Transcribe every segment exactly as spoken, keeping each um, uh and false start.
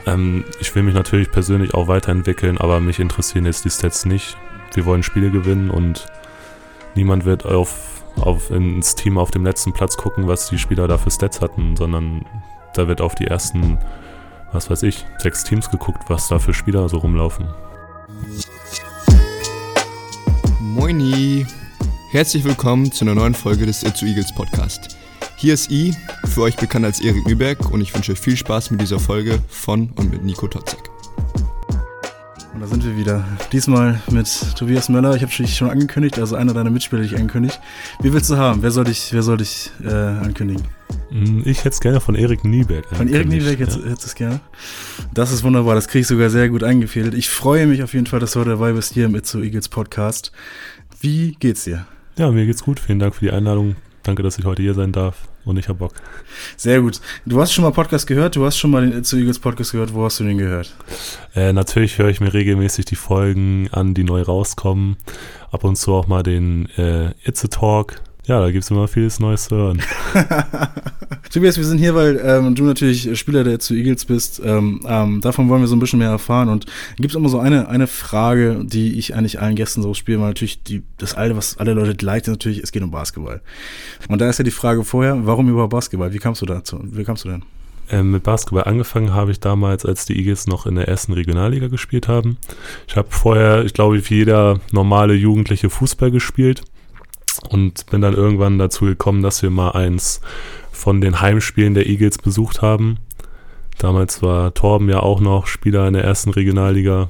Ähm, ich will mich natürlich persönlich auch weiterentwickeln, aber mich interessieren jetzt die Stats nicht. Wir wollen Spiele gewinnen und niemand wird auf, auf ins Team auf dem letzten Platz gucken, was die Spieler da für Stats hatten, sondern da wird auf die ersten, was weiß ich, sechs Teams geguckt, was da für Spieler so rumlaufen. Moini! Herzlich willkommen zu einer neuen Folge des Itzu Eagles Podcast. Hier ist I, für euch bekannt als Erik Müberg, und ich wünsche euch viel Spaß mit dieser Folge von und mit Nico Totzek. Und da sind wir wieder. Diesmal mit Tobias Möller. Ich habe dich schon angekündigt, also einer deiner Mitspieler, die ich angekündigt. Wie willst du haben? Wer soll dich, wer soll dich äh, ankündigen? Ich hätte es gerne von Erik Nieberg. Von Erik Nieberg hättest du es gerne? Das ist wunderbar, das kriege ich sogar sehr gut eingefädelt. Ich freue mich auf jeden Fall, dass du heute dabei bist hier im Itzu Eagles Podcast. Wie geht's dir? Ja, mir geht's gut. Vielen Dank für die Einladung. Danke, dass ich heute hier sein darf und ich hab Bock. Sehr gut. Du hast schon mal Podcast gehört, du hast schon mal den Itzu Eagles Podcast gehört. Wo hast du den gehört? Äh, natürlich höre ich mir regelmäßig die Folgen an, die neu rauskommen. Ab und zu auch mal den äh, Itzu Talk. Ja, da gibt's immer vieles Neues zu hören. Tobias, wir sind hier, weil ähm, du natürlich Spieler der Itzu Eagles bist. Ähm, ähm, davon wollen wir so ein bisschen mehr erfahren. Und gibt es immer so eine, eine Frage, die ich eigentlich allen Gästen so spiele, weil natürlich die, das alle, was alle Leute leitet, natürlich, es geht um Basketball. Und da ist ja die Frage vorher, warum überhaupt Basketball? Wie kamst du dazu? Wie kamst du denn? Ähm, mit Basketball angefangen habe ich damals, als die Eagles noch in der ersten Regionalliga gespielt haben. Ich habe vorher, ich glaube, wie jeder normale Jugendliche Fußball gespielt. Und bin dann irgendwann dazu gekommen, dass wir mal eins von den Heimspielen der Eagles besucht haben. Damals war Torben ja auch noch Spieler in der ersten Regionalliga.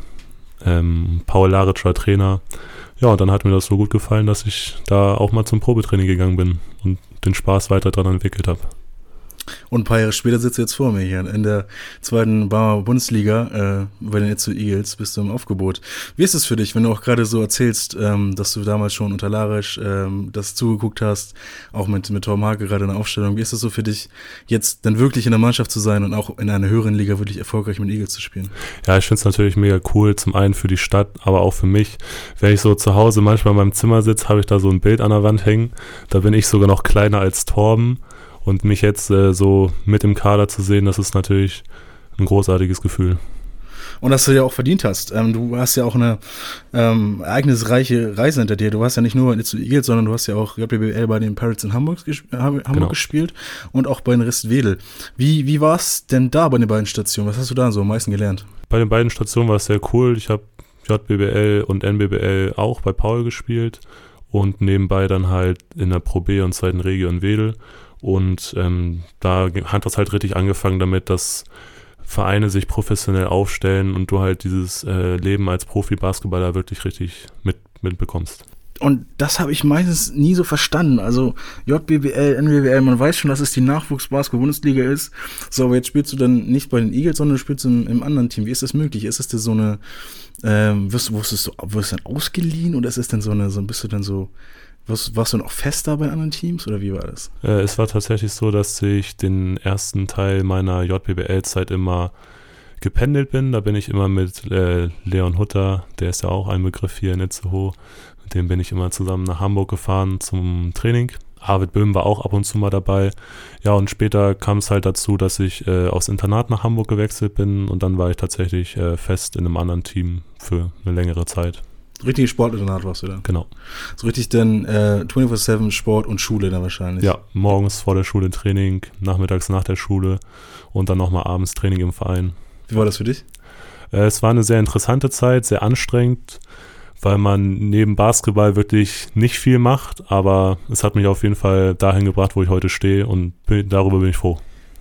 Ähm, Paul Laric war Trainer. Ja, und dann hat mir das so gut gefallen, dass ich da auch mal zum Probetraining gegangen bin und den Spaß weiter dran entwickelt habe. Und ein paar Jahre später sitzt du jetzt vor mir hier in der zweiten Barmer Bundesliga, äh, bei den Itzu Eagles bist du im Aufgebot. Wie ist es für dich, wenn du auch gerade so erzählst, ähm, dass du damals schon unter Laric ähm, das zugeguckt hast, auch mit, mit Torben Hake gerade in der Aufstellung. Wie ist es so für dich, jetzt dann wirklich in der Mannschaft zu sein und auch in einer höheren Liga wirklich erfolgreich mit Eagles zu spielen? Ja, ich finde es natürlich mega cool, zum einen für die Stadt, aber auch für mich. Wenn ich so zu Hause manchmal in meinem Zimmer sitze, habe ich da so ein Bild an der Wand hängen. Da bin ich sogar noch kleiner als Torben. Und mich jetzt äh, so mit im Kader zu sehen, das ist natürlich ein großartiges Gefühl. Und dass du ja auch verdient hast. Ähm, du hast ja auch eine ähm, ereignisreiche Reise hinter dir. Du hast ja nicht nur bei Itzu Eagles, sondern du hast ja auch J B B L bei den Pirates in Hamburg, gesp- Hamburg genau. gespielt und auch bei den Rest-Wedel. Wie, wie war es denn da bei den beiden Stationen? Was hast du da so am meisten gelernt? Bei den beiden Stationen war es sehr cool. Ich habe J B B L und N B B L auch bei Paul gespielt und nebenbei dann halt in der Pro B und zweiten Regio in Wedel. Und ähm, da hat das halt richtig angefangen damit, dass Vereine sich professionell aufstellen und du halt dieses äh, Leben als Profi-Basketballer wirklich richtig mit, mitbekommst. Und das habe ich meistens nie so verstanden. Also J B B L, N B B L, man weiß schon, dass es die Nachwuchs-Basketball-Bundesliga ist. So, aber jetzt spielst du dann nicht bei den Eagles, sondern du spielst im, im anderen Team. Wie ist das möglich? Ist es denn so eine, ähm, wirst, wirst, du, wirst du dann ausgeliehen oder ist es denn so eine, so bist du dann so, Was, warst du noch fester bei anderen Teams oder wie war das? Äh, es war tatsächlich so, dass ich den ersten Teil meiner J B B L-Zeit immer gependelt bin. Da bin ich immer mit äh, Leon Hutter, der ist ja auch ein Begriff hier in Itzehoe, mit dem bin ich immer zusammen nach Hamburg gefahren zum Training. Arvid Böhm war auch ab und zu mal dabei. Ja, und später kam es halt dazu, dass ich äh, aufs Internat nach Hamburg gewechselt bin und dann war ich tatsächlich äh, fest in einem anderen Team für eine längere Zeit. Richtiges Sportinternat warst du dann? Genau. So richtig dann äh, vierundzwanzig sieben Sport und Schule dann wahrscheinlich? Ja, morgens vor der Schule Training, nachmittags nach der Schule und dann nochmal abends Training im Verein. Wie war das für dich? Äh, es war eine sehr interessante Zeit, sehr anstrengend, weil man neben Basketball wirklich nicht viel macht, aber es hat mich auf jeden Fall dahin gebracht, wo ich heute stehe und bin, darüber bin ich froh.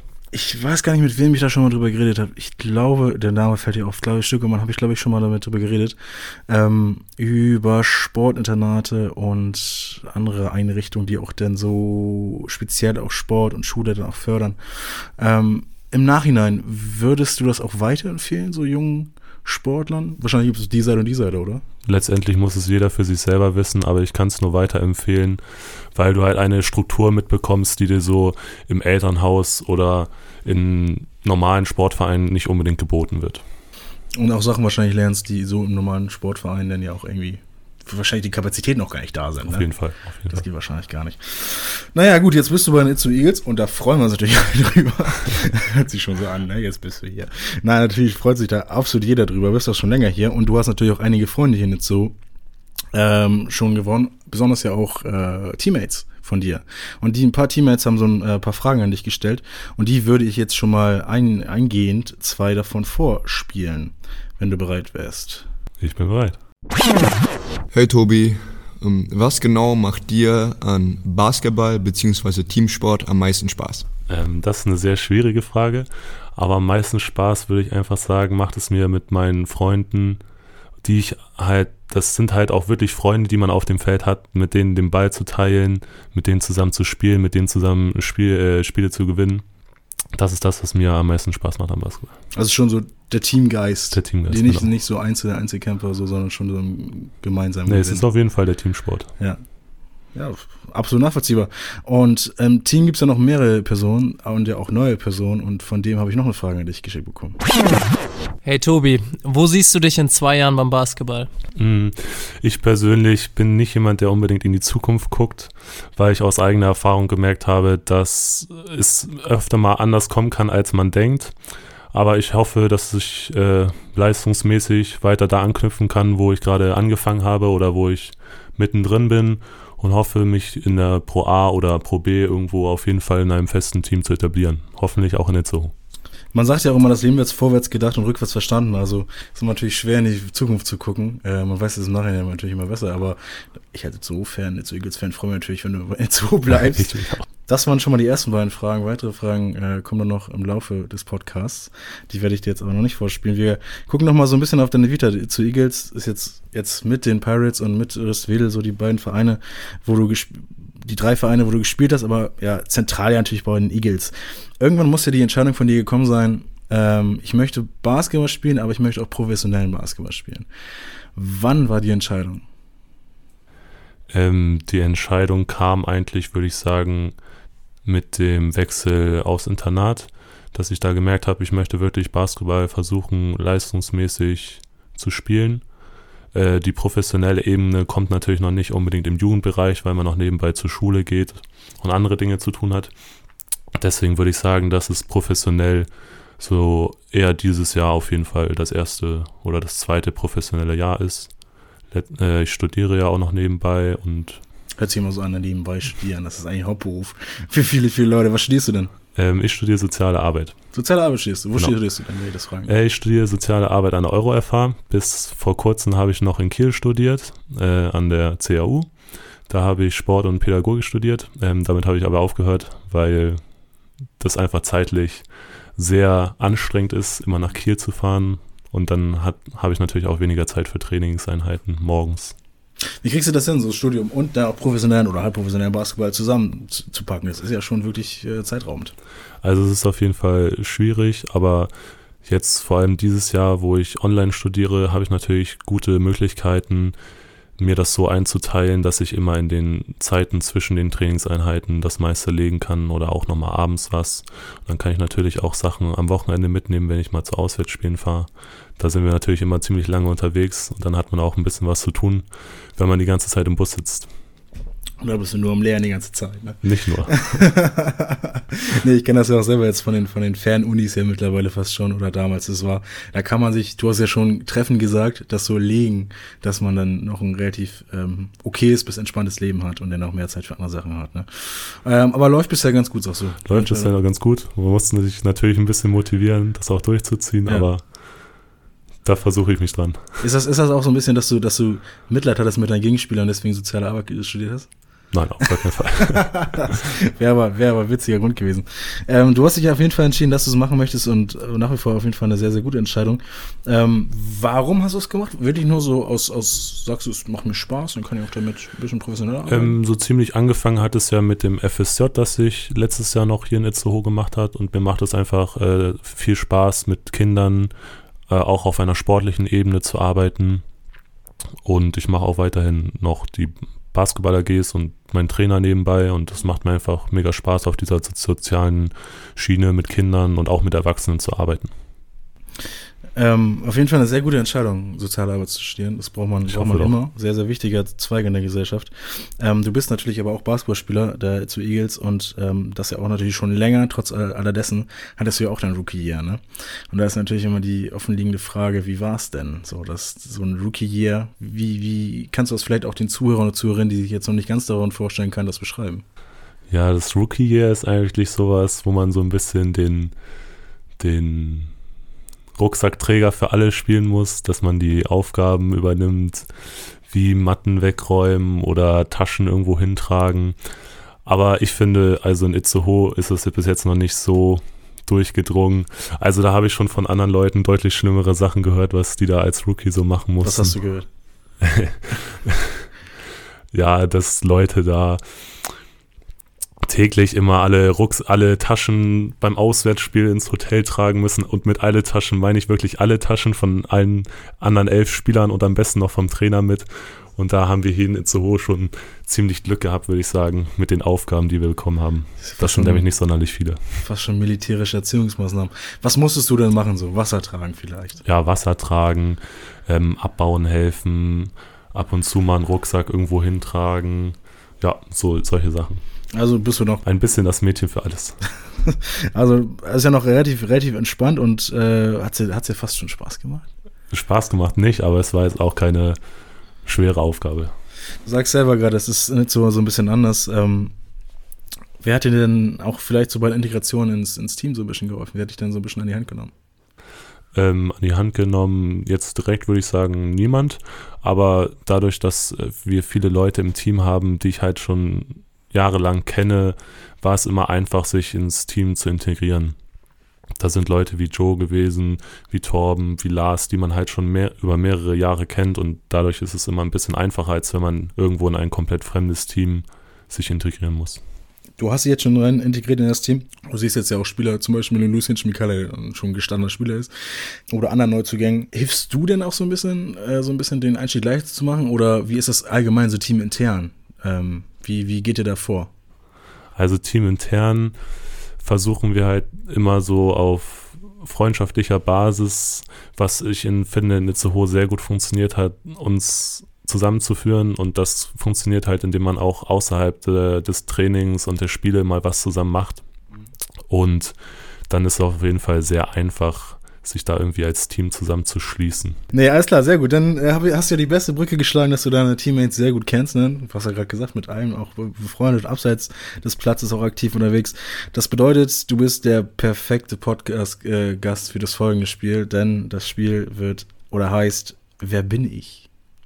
Ich weiß gar nicht, mit wem ich da schon mal drüber geredet habe. Ich glaube, der Name fällt dir auf, glaube ich, Stückemann, habe ich, glaube ich, schon mal damit drüber geredet. Ähm, über Sportinternate und andere Einrichtungen, die auch dann so speziell auch Sport und Schule dann auch fördern. Ähm, im Nachhinein, würdest du das auch weiterempfehlen, so jungen Sportlern? Wahrscheinlich gibt es die Seite und die Seite, oder? Letztendlich muss es jeder für sich selber wissen, aber ich kann es nur weiterempfehlen, weil du halt eine Struktur mitbekommst, die dir so im Elternhaus oder in normalen Sportvereinen nicht unbedingt geboten wird. Und auch Sachen wahrscheinlich lernst, die so im normalen Sportverein dann ja auch irgendwie wahrscheinlich die Kapazitäten noch gar nicht da sind. Auf ne? jeden Fall. Auf jeden das Fall. geht wahrscheinlich gar nicht. Naja, gut, jetzt bist du bei den Itzu Eagles und da freuen wir uns natürlich alle drüber. Hört sich schon so an, ne? Jetzt bist du hier. Nein, natürlich freut sich da absolut jeder drüber. Du bist auch schon länger hier und du hast natürlich auch einige Freunde hier nicht so ähm, schon gewonnen. Besonders ja auch äh, Teammates von dir. Und die ein paar Teammates haben so ein äh, paar Fragen an dich gestellt und die würde ich jetzt schon mal ein, eingehend zwei davon vorspielen, wenn du bereit wärst. Ich bin bereit. Hey Tobi, was genau macht dir an Basketball bzw. Teamsport am meisten Spaß? Ähm, das ist eine sehr schwierige Frage, aber am meisten Spaß, würde ich einfach sagen, macht es mir mit meinen Freunden, die ich halt, das sind halt auch wirklich Freunde, die man auf dem Feld hat, mit denen den Ball zu teilen, mit denen zusammen zu spielen, mit denen zusammen Spiel, äh, Spiele zu gewinnen. Das ist das, was mir am meisten Spaß macht am Basketball. Also schon so der Teamgeist. Der Teamgeist, die nicht, genau. nicht so Einzel, Einzelkämpfer, so, sondern schon so ein gemeinsamen Nee, Gewinn. es ist auf jeden Fall der Teamsport. Ja. Ja, absolut nachvollziehbar. Und im ähm, Team gibt es ja noch mehrere Personen und ja auch neue Personen und von dem habe ich noch eine Frage an dich geschickt bekommen. Hey Tobi, wo siehst du dich in zwei Jahren beim Basketball? Ich persönlich bin nicht jemand, der unbedingt in die Zukunft guckt, weil ich aus eigener Erfahrung gemerkt habe, dass es öfter mal anders kommen kann, als man denkt. Aber ich hoffe, dass ich äh, leistungsmäßig weiter da anknüpfen kann, wo ich gerade angefangen habe oder wo ich mittendrin bin und hoffe, mich in der Pro A oder Pro B irgendwo auf jeden Fall in einem festen Team zu etablieren. Hoffentlich auch in der Zoo. Man sagt ja auch immer, das Leben wird vorwärts gedacht und rückwärts verstanden. Also ist natürlich schwer, in die Zukunft zu gucken. Äh, man weiß es im Nachhinein natürlich immer besser, aber ich als Zoo-Fan, als Eagles-Fan freue mich natürlich, wenn du in Zoo bleibst. Das waren schon mal die ersten beiden Fragen. Weitere Fragen äh, kommen dann noch im Laufe des Podcasts. Die werde ich dir jetzt aber noch nicht vorspielen. Wir gucken noch mal so ein bisschen auf deine Vita zu Eagles. Ist jetzt, jetzt mit den Pirates und mit Ristwedel so die beiden Vereine, wo du gesp- die drei Vereine, wo du gespielt hast, aber ja, zentral ja natürlich bei den Eagles. Irgendwann muss ja die Entscheidung von dir gekommen sein, ähm, ich möchte Basketball spielen, aber ich möchte auch professionellen Basketball spielen. Wann war die Entscheidung? Ähm, die Entscheidung kam eigentlich, würde ich sagen, mit dem Wechsel aufs Internat, dass ich da gemerkt habe, ich möchte wirklich Basketball versuchen, leistungsmäßig zu spielen. Äh, die professionelle Ebene kommt natürlich noch nicht unbedingt im Jugendbereich, weil man noch nebenbei zur Schule geht und andere Dinge zu tun hat. Deswegen würde ich sagen, dass es professionell so eher dieses Jahr auf jeden Fall das erste oder das zweite professionelle Jahr ist. Äh, ich studiere ja auch noch nebenbei und Hört sich immer so an, nebenbei studieren. Das ist eigentlich Hauptberuf für viele, viele Leute. Was studierst du denn? Ähm, ich studiere Soziale Arbeit. Soziale Arbeit studierst du? Wo genau. studierst du denn, wenn ich das fragen? Äh, ich studiere Soziale Arbeit an der Euro-F H. Bis vor kurzem habe ich noch in Kiel studiert, äh, an der C A U. Da habe ich Sport und Pädagogik studiert. Ähm, damit habe ich aber aufgehört, weil das einfach zeitlich sehr anstrengend ist, immer nach Kiel zu fahren. Und dann hat, habe ich natürlich auch weniger Zeit für Trainingseinheiten morgens. Wie kriegst du das hin, so Studium und dann auch professionellen oder halbprofessionellen Basketball zusammen zu, zu packen? Das ist ja schon wirklich äh, zeitraubend. Also es ist auf jeden Fall schwierig, aber jetzt vor allem dieses Jahr, wo ich online studiere, habe ich natürlich gute Möglichkeiten, mir das so einzuteilen, dass ich immer in den Zeiten zwischen den Trainingseinheiten das meiste legen kann oder auch nochmal abends was. Dann kann ich natürlich auch Sachen am Wochenende mitnehmen, wenn ich mal zu Auswärtsspielen fahre. Da sind wir natürlich immer ziemlich lange unterwegs und dann hat man auch ein bisschen was zu tun, wenn man die ganze Zeit im Bus sitzt. Oder bist du nur am Lernen die ganze Zeit, ne? Nicht nur. Nee, ich kenne das ja auch selber jetzt von den, von den Fernunis ja mittlerweile fast schon oder damals es war. Da kann man sich, du hast ja schon treffend gesagt, das so legen, dass man dann noch ein relativ ähm, okayes bis entspanntes Leben hat und dann auch mehr Zeit für andere Sachen hat, ne? Ähm, aber läuft bisher ganz gut, sagst du. Läuft bisher noch ganz gut. Man muss sich natürlich ein bisschen motivieren, das auch durchzuziehen, ja. Aber da versuche ich mich dran. Ist das, ist das auch so ein bisschen, dass du, dass du Mitleid hattest mit deinen Gegenspielern und deswegen soziale Arbeit studiert hast? Nein, auf gar keinen Fall. Wäre aber, wär aber witziger Grund gewesen. Ähm, du hast dich auf jeden Fall entschieden, dass du es machen möchtest und nach wie vor auf jeden Fall eine sehr, sehr gute Entscheidung. Ähm, warum hast du es gemacht? Wirklich nur so aus, aus sagst du, es macht mir Spaß und kann ich auch damit ein bisschen professioneller arbeiten? Ähm, so ziemlich angefangen hat es ja mit dem F S J, das ich letztes Jahr noch hier in Itzehoe gemacht hat und mir macht es einfach äh, viel Spaß mit Kindern, äh, auch auf einer sportlichen Ebene zu arbeiten und ich mache auch weiterhin noch die Basketball-A Gs und mein Trainer nebenbei und das macht mir einfach mega Spaß, auf dieser sozialen Schiene mit Kindern und auch mit Erwachsenen zu arbeiten. Ähm, auf jeden Fall eine sehr gute Entscheidung, Sozialarbeit zu studieren. Das braucht man, Ich braucht hoffe man doch. immer. Sehr, sehr wichtiger Zweig in der Gesellschaft. Ähm, du bist natürlich aber auch Basketballspieler der zu Eagles und ähm, das ja auch natürlich schon länger. Trotz all- allerdessen hattest du ja auch dein Rookie-Year, ne? Und da ist natürlich immer die offenliegende Frage, wie war es denn? So, das, so ein Rookie-Year, wie, wie kannst du das vielleicht auch den Zuhörern und Zuhörerinnen, die sich jetzt noch nicht ganz daran vorstellen können, das beschreiben? Ja, das Rookie-Year ist eigentlich sowas, wo man so ein bisschen den, den Rucksackträger für alle spielen muss, dass man die Aufgaben übernimmt, wie Matten wegräumen oder Taschen irgendwo hintragen. Aber ich finde, also in Itzehoe ist es bis jetzt noch nicht so durchgedrungen. Also da habe ich schon von anderen Leuten deutlich schlimmere Sachen gehört, was die da als Rookie so machen mussten. Was hast du gehört? Ja, dass Leute da täglich immer alle Rucks, alle Taschen beim Auswärtsspiel ins Hotel tragen müssen, und mit alle Taschen meine ich wirklich alle Taschen von allen anderen elf Spielern und am besten noch vom Trainer mit. Und da haben wir hier in Itzehoe schon ziemlich Glück gehabt, würde ich sagen, mit den Aufgaben, die wir bekommen haben. Das sind nämlich nicht sonderlich viele. Fast schon militärische Erziehungsmaßnahmen. Was musstest du denn machen, so Wasser tragen vielleicht? Ja, Wasser tragen, ähm, abbauen helfen, ab und zu mal einen Rucksack irgendwo hintragen. Ja, so solche Sachen. Also bist du noch, Ein bisschen das Mädchen für alles. also ist ja noch relativ, relativ entspannt und äh, hat es ja fast schon Spaß gemacht. Spaß gemacht nicht, aber es war jetzt auch keine schwere Aufgabe. Du sagst selber gerade, es ist nicht so, so ein bisschen anders. Ähm, wer hat dir denn auch vielleicht so bei der Integration ins, ins Team so ein bisschen geholfen? Wer hat dich denn so ein bisschen an die Hand genommen? Ähm, an die Hand genommen, jetzt direkt würde ich sagen, niemand. Aber dadurch, dass äh, wir viele Leute im Team haben, die ich halt schon jahrelang kenne, war es immer einfach, sich ins Team zu integrieren. Da sind Leute wie Joe gewesen, wie Torben, wie Lars, die man halt schon mehr, über mehrere Jahre kennt, und dadurch ist es immer ein bisschen einfacher, als wenn man irgendwo in ein komplett fremdes Team sich integrieren muss. Du hast dich jetzt schon rein integriert in das Team. Du siehst jetzt ja auch Spieler, zum Beispiel mit Lucien Schmikala, der schon ein gestandener Spieler ist, oder anderen Neuzugängen. Hilfst du denn auch so ein bisschen, äh, so ein bisschen den Einstieg leichter zu machen, oder wie ist das allgemein so teamintern? Ähm, wie, wie geht ihr da vor? Also teamintern versuchen wir halt immer so auf freundschaftlicher Basis, was ich in, finde in Itzehoe sehr gut funktioniert hat, uns zusammenzuführen, und das funktioniert halt, indem man auch außerhalb de, des Trainings und der Spiele mal was zusammen macht, und dann ist es auf jeden Fall sehr einfach, sich da irgendwie als Team zusammenzuschließen. Nee, alles klar, sehr gut. Dann äh, hab, hast du ja die beste Brücke geschlagen, dass du deine Teammates sehr gut kennst. Ne? Du hast ja gerade gesagt, mit allen auch befreundet, abseits des Platzes auch aktiv unterwegs. Das bedeutet, du bist der perfekte Podcast-Gast für das folgende Spiel, denn das Spiel wird oder heißt Wer bin ich?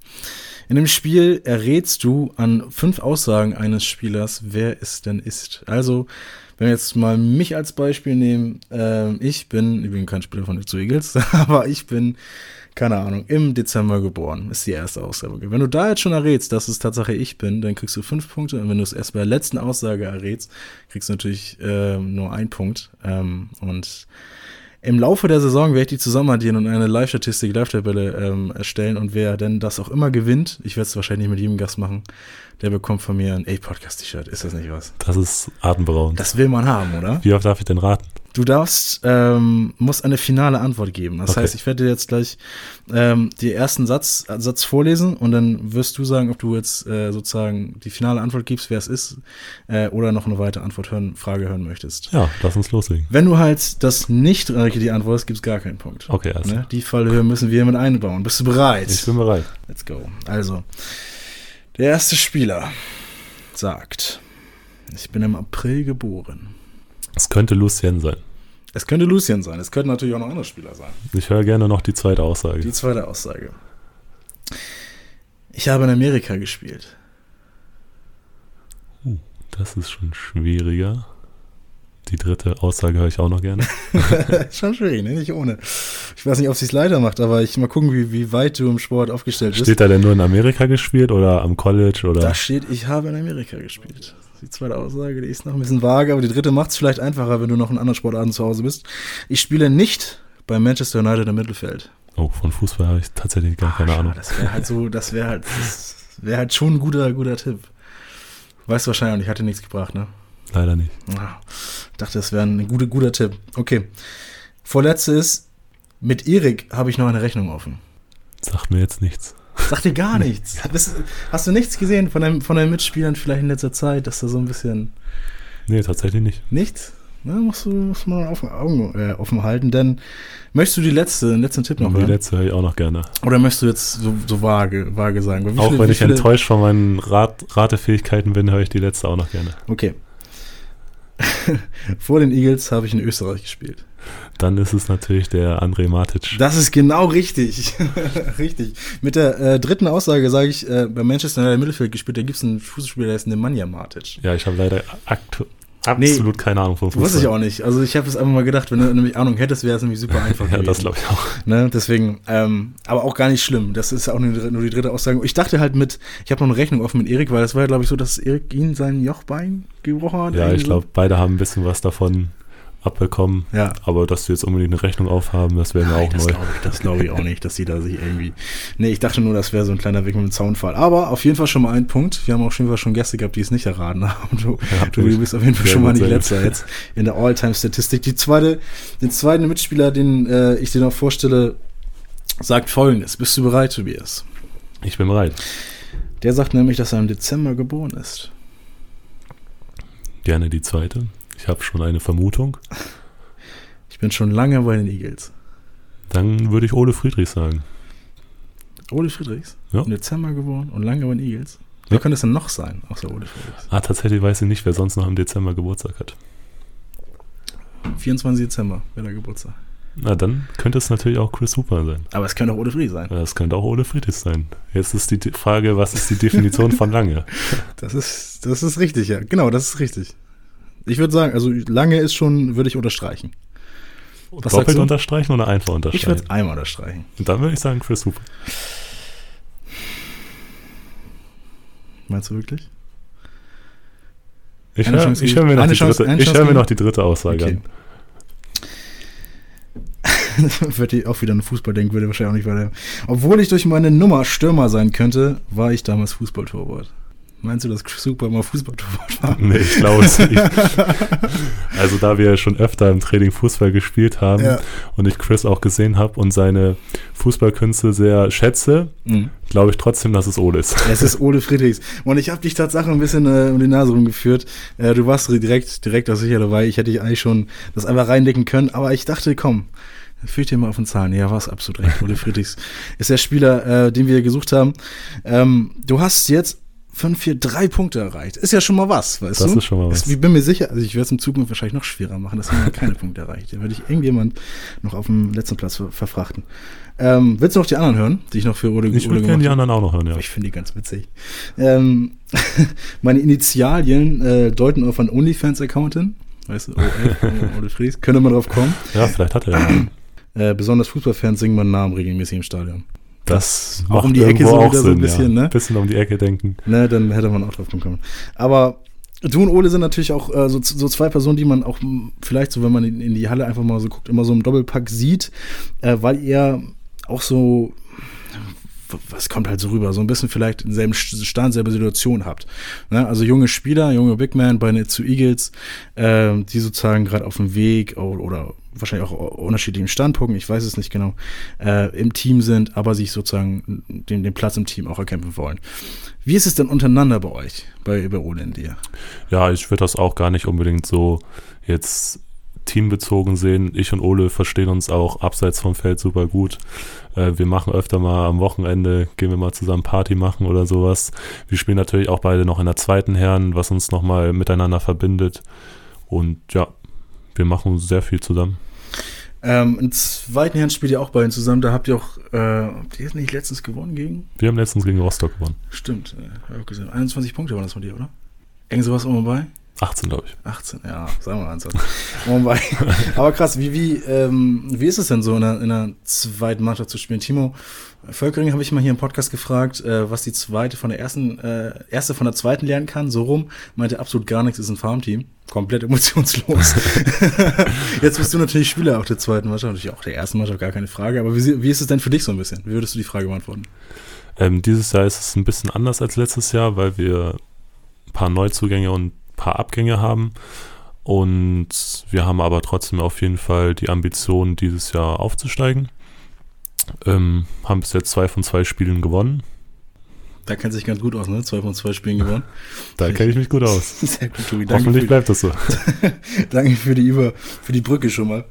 In dem Spiel errätst du an fünf Aussagen eines Spielers, wer es denn ist. Also, wenn wir jetzt mal mich als Beispiel nehmen, äh, ich bin, ich bin kein Spieler von den zu Eagles, aber ich bin, keine Ahnung, im Dezember geboren, ist die erste Aussage. Wenn du da jetzt schon errätst, dass es Tatsache ich bin, dann kriegst du fünf Punkte, und wenn du es erst bei der letzten Aussage errätst, kriegst du natürlich äh, nur einen Punkt. Ähm, und im Laufe der Saison werde ich die zusammen addieren und eine Live-Statistik, Live-Tabelle ähm, erstellen, und wer denn das auch immer gewinnt, ich werde es wahrscheinlich mit jedem Gast machen, der bekommt von mir ein A-Podcast-T-Shirt. Ist das nicht was? Das ist atemberaubend. Das will man haben, oder? Wie oft darf ich denn raten? Du darfst, ähm, musst eine finale Antwort geben. Das Okay. heißt, ich werde dir jetzt gleich ähm, den ersten Satz, Satz vorlesen, und dann wirst du sagen, ob du jetzt äh, sozusagen die finale Antwort gibst, wer es ist, äh, oder noch eine weitere Antwort hören, Frage hören möchtest. Ja, lass uns loslegen. Wenn du halt das nicht richtig antwortest, gibt es gar keinen Punkt. Okay, also. Ne? Die Fallhöhe müssen wir mit einbauen. Bist du bereit? Ich bin bereit. Let's go. Also, der erste Spieler sagt, ich bin im April geboren. Es könnte Lucien sein. Es könnte Lucien sein. Es könnten natürlich auch noch andere Spieler sein. Ich höre gerne noch die zweite Aussage. Die zweite Aussage. Ich habe in Amerika gespielt. Uh, das ist schon schwieriger. Die dritte Aussage höre ich auch noch gerne. Schon schwierig, ne? Nicht ohne. Ich weiß nicht, ob es sich leichter macht, aber ich mal gucken, wie, wie weit du im Sport aufgestellt bist. Steht da denn nur in Amerika gespielt oder am College? Oder? Da steht, ich habe in Amerika gespielt. Die zweite Aussage, die ist noch ein bisschen vage, aber die dritte macht es vielleicht einfacher, wenn du noch in anderen Sportarten zu Hause bist. Ich spiele nicht bei Manchester United im Mittelfeld. Oh, von Fußball habe ich tatsächlich gar keine Ach, Ahnung. Das wäre halt so, das wäre halt, das wäre halt schon ein guter, guter Tipp. Weißt du wahrscheinlich auch nicht, hatte nichts gebracht, ne? Leider nicht. Ah, dachte, das wäre ein guter, guter Tipp. Okay. Vorletzte ist, Mit Erik habe ich noch eine Rechnung offen. Sagt mir jetzt nichts. Sagt dir gar nichts. Das, hast du nichts gesehen von deinem, von deinen Mitspielern vielleicht in letzter Zeit, dass da so ein bisschen... Nee, tatsächlich nicht. Nichts? Na, musst du musst mal auf Augen äh, offen halten, denn möchtest du die letzte, den letzten Tipp noch Die hören? letzte höre ich auch noch gerne. Oder möchtest du jetzt so, so vage, vage sagen? Wie Auch viele, wenn wie ich viele, enttäuscht von meinen Rat, Ratefähigkeiten bin, höre ich die letzte auch noch gerne. Okay. Vor den Eagles habe ich in Österreich gespielt. Dann ist es natürlich der Andrej Matic. Das ist genau richtig. Richtig. Mit der äh, dritten Aussage sage ich, äh, bei Manchester United Mittelfeld gespielt, da gibt es einen Fußballspieler, der ist Nemanja Matic. Ja, ich habe leider aktu- absolut nee, keine Ahnung vom Fußball. Wusste ich auch nicht. Also ich habe es einfach mal gedacht, wenn du nämlich Ahnung hättest, wäre es nämlich super einfach gewesen. Ja, das glaube ich auch. Ne? Deswegen, ähm, aber auch gar nicht schlimm. Das ist auch nur, nur die dritte Aussage. Ich dachte halt mit, ich habe noch eine Rechnung offen mit Erik, weil das war ja, glaube ich, so, dass Erik ihn sein Jochbein gebrochen hat. Ja, ich glaube, beide haben ein bisschen was davon abbekommen. Ja. Aber dass wir jetzt unbedingt eine Rechnung aufhaben, das wäre mir auch das neu. Glaub ich, das glaube ich auch nicht, dass die da sich irgendwie... Nee, ich dachte nur, das wäre so ein kleiner Weg mit dem Zaunfall. Aber auf jeden Fall schon mal ein Punkt. Wir haben auch schon wieder schon Gäste gehabt, die es nicht erraten haben. Du, ja, du, du bist auf jeden Fall schon mal nicht letzter jetzt in der All-Time-Statistik. Die zweite, den zweiten Mitspieler, den äh, ich dir noch vorstelle, sagt Folgendes. Bist du bereit, Tobias? Ich bin bereit. Der sagt nämlich, dass er im Dezember geboren ist. Gerne die zweite. Ich habe schon eine Vermutung. Ich bin schon lange bei den Eagles. Dann würde ich Ole Friedrich sagen. Ole Friedrichs? Ja. Im Dezember geboren und lange bei den Eagles? Wer Ja. könnte es denn noch sein, außer Ole Friedrichs? Ah, tatsächlich weiß ich nicht, wer sonst noch im Dezember Geburtstag hat. vierundzwanzigsten Dezember wäre der Geburtstag. Na, dann könnte es natürlich auch Chris Hooper sein. Aber es könnte auch Ole Friedrich sein. Das könnte auch Ole Friedrich sein. Jetzt ist die Frage, was ist die Definition von lange? Das ist, das ist richtig, ja. Genau, das ist richtig. Ich würde sagen, also lange ist schon, würde ich unterstreichen. Was sagst Doppelt du? unterstreichen oder einfach Ich unterstreichen? würde es einmal unterstreichen. Und dann würde ich sagen Chris Hooper. Meinst du wirklich? Ich Eine höre Chance ich hör mir, geben? noch Eine die Chance- dritte- eine ich Chance hör mir geben? noch die dritte Aussage Okay. an. Wird die auch wieder ein Fußball denken, würde wahrscheinlich auch nicht weiter. Obwohl ich durch meine Nummer Stürmer sein könnte, war ich damals Fußballtorwart. Meinst du, dass Chris Hooper mal Fußballtorwart war? Nee, ich glaube es nicht. Also da wir schon öfter im Training Fußball gespielt haben Ja. und ich Chris auch gesehen habe und seine Fußballkünste sehr schätze, Mhm. glaube ich trotzdem, dass es Ole ist. Es ist Ole Friedrichs. Und ich habe dich tatsächlich ein bisschen äh, um die Nase rumgeführt. Äh, du warst direkt, direkt auch sicher dabei. Ich hätte dich eigentlich schon das einfach reindecken können. Aber ich dachte, komm, fühl ich dir mal auf den Zahn. Ja, war's absolut recht. Ole Friedrichs ist der Spieler, äh, den wir gesucht haben. Ähm, du hast jetzt fünf, vier, drei Punkte erreicht. Ist ja schon mal was, weißt Das du? ist schon mal was. Ich bin mir sicher, also ich werde es in Zukunft wahrscheinlich noch schwerer machen, dass jemand keine Punkte erreicht. Da werde ich irgendjemand noch auf dem letzten Platz ver- verfrachten. Ähm, willst du noch die anderen hören, die ich noch für Ole, Ich Ole würde gerne die habe? anderen auch noch hören, ja. Ich finde die ganz witzig. Ähm, meine Initialien äh, deuten auf einen OnlyFans-Account hin. Weißt du, O F, Ole Friedrichs. Könnte man drauf kommen. Ja, vielleicht hat er ja einen. Äh, besonders Fußballfans singen meinen Namen regelmäßig im Stadion. Das auch macht um die Ecke irgendwo so auch wieder so Sinn, ein bisschen, ja. ne? Bisschen um die Ecke denken. Ne, dann hätte man auch drauf kommen können. Aber du und Ole sind natürlich auch äh, so, so zwei Personen, die man auch m, vielleicht so, wenn man in, in die Halle einfach mal so guckt, immer so im Doppelpack sieht, äh, weil ihr auch so, was kommt halt so rüber, so ein bisschen vielleicht denselben Stand, selbe Situation habt. Ne? Also junge Spieler, junge Big Man bei den Itzu Eagles, äh, die sozusagen gerade auf dem Weg oder, oder wahrscheinlich auch unterschiedlichen Standpunkten, ich weiß es nicht genau, äh, im Team sind, aber sich sozusagen den, den Platz im Team auch erkämpfen wollen. Wie ist es denn untereinander bei euch, bei, bei Ole und dir? Ja, ich würde das auch gar nicht unbedingt so jetzt teambezogen sehen. Ich und Ole verstehen uns auch abseits vom Feld super gut. Äh, wir machen öfter mal am Wochenende, gehen wir mal zusammen Party machen oder sowas. Wir spielen natürlich auch beide noch in der zweiten Herren, was uns nochmal miteinander verbindet. Und ja, wir machen sehr viel zusammen. Ähm, Im zweiten Herren spielt ihr auch beiden zusammen. Da habt ihr auch, äh, habt ihr nicht letztens gewonnen gegen? Wir haben letztens gegen Rostock gewonnen. Stimmt, äh, hab ich auch gesehen. einundzwanzig Punkte waren das von dir, oder? Irgend sowas um und bei? achtzehn, glaube ich. achtzehn, ja, sagen wir eins. Um bei. Aber krass, wie, wie, ähm, wie ist es denn so in der, in der zweiten Mannschaft zu spielen? Timo Völkering habe ich mal hier im Podcast gefragt, äh, was die zweite von der ersten, äh, erste von der zweiten lernen kann. So rum, meinte absolut gar nichts, ist ein Farmteam. Komplett emotionslos. Jetzt bist du natürlich Spieler auch der zweiten Mannschaft, natürlich auch der ersten Mannschaft, gar keine Frage. Aber wie, wie ist es denn für dich so ein bisschen? Wie würdest du die Frage beantworten? Ähm, dieses Jahr ist es ein bisschen anders als letztes Jahr, weil wir ein paar Neuzugänge und ein paar Abgänge haben. Und wir haben aber trotzdem auf jeden Fall die Ambition, dieses Jahr aufzusteigen. Ähm, haben bis jetzt zwei von zwei Spielen gewonnen. Da kennt sich ganz gut aus, ne? Zwei von zwei Spielen gewonnen. Da kenne ich mich gut aus. Sehr gut, Tobi. Danke Hoffentlich für, bleibt das so. Danke für die, Über, für die Brücke schon mal.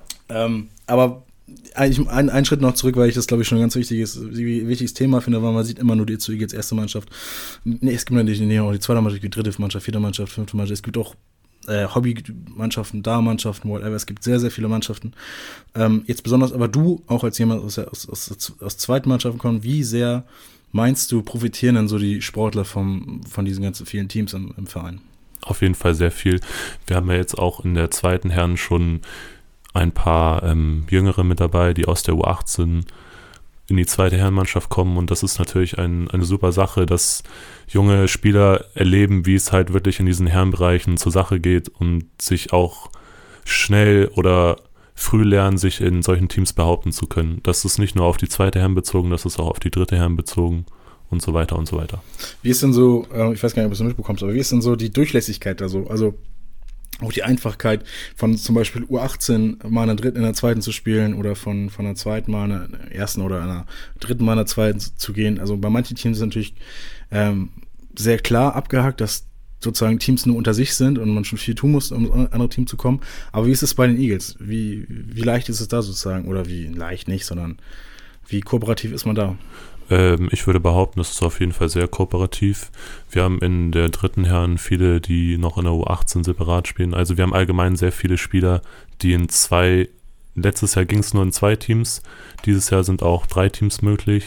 Ähm, aber eigentlich ein, einen Schritt noch zurück, weil ich das, glaube ich, schon ein ganz wichtiges, wichtiges Thema finde, weil man sieht immer nur die E Z U Igels erste Mannschaft. Nee, es gibt natürlich nicht auch die zweite Mannschaft, die dritte Mannschaft, vierte Mannschaft, fünfte Mannschaft. Es gibt auch äh, Hobbymannschaften, Damenmannschaften, whatever. Es gibt sehr, sehr viele Mannschaften. Ähm, jetzt besonders aber du, auch als jemand aus, aus, aus, aus zweiten Mannschaften kommt, wie sehr meinst du, profitieren dann so die Sportler vom, von diesen ganzen vielen Teams im, im Verein? Auf jeden Fall sehr viel. Wir haben ja jetzt auch in der zweiten Herren schon ein paar ähm, Jüngere mit dabei, die aus der U achtzehn in die zweite Herrenmannschaft kommen, und das ist natürlich ein, eine super Sache, dass junge Spieler erleben, wie es halt wirklich in diesen Herrenbereichen zur Sache geht und sich auch schnell oder früh lernen, sich in solchen Teams behaupten zu können. Das ist nicht nur auf die zweite Herren bezogen, das ist auch auf die dritte Herren bezogen und so weiter und so weiter. Wie ist denn so, äh, ich weiß gar nicht, ob du es mitbekommst, aber wie ist denn so die Durchlässigkeit da so? Also auch die Einfachkeit von zum Beispiel U achtzehn mal in der dritten, in der zweiten zu spielen oder von, von der zweiten mal in der ersten oder einer dritten mal in der zweiten zu, zu gehen. Also bei manchen Teams ist natürlich ähm, sehr klar abgehakt, dass sozusagen Teams nur unter sich sind und man schon viel tun muss, um ins andere Team zu kommen. Aber wie ist es bei den Eagles? Wie, wie leicht ist es da sozusagen? Oder wie leicht nicht, sondern wie kooperativ ist man da? Ähm, ich würde behaupten, das ist auf jeden Fall sehr kooperativ. Wir haben in der dritten Herren viele, die noch in der U achtzehn separat spielen. Also wir haben allgemein sehr viele Spieler, die in zwei, letztes Jahr ging es nur in zwei Teams, dieses Jahr sind auch drei Teams möglich,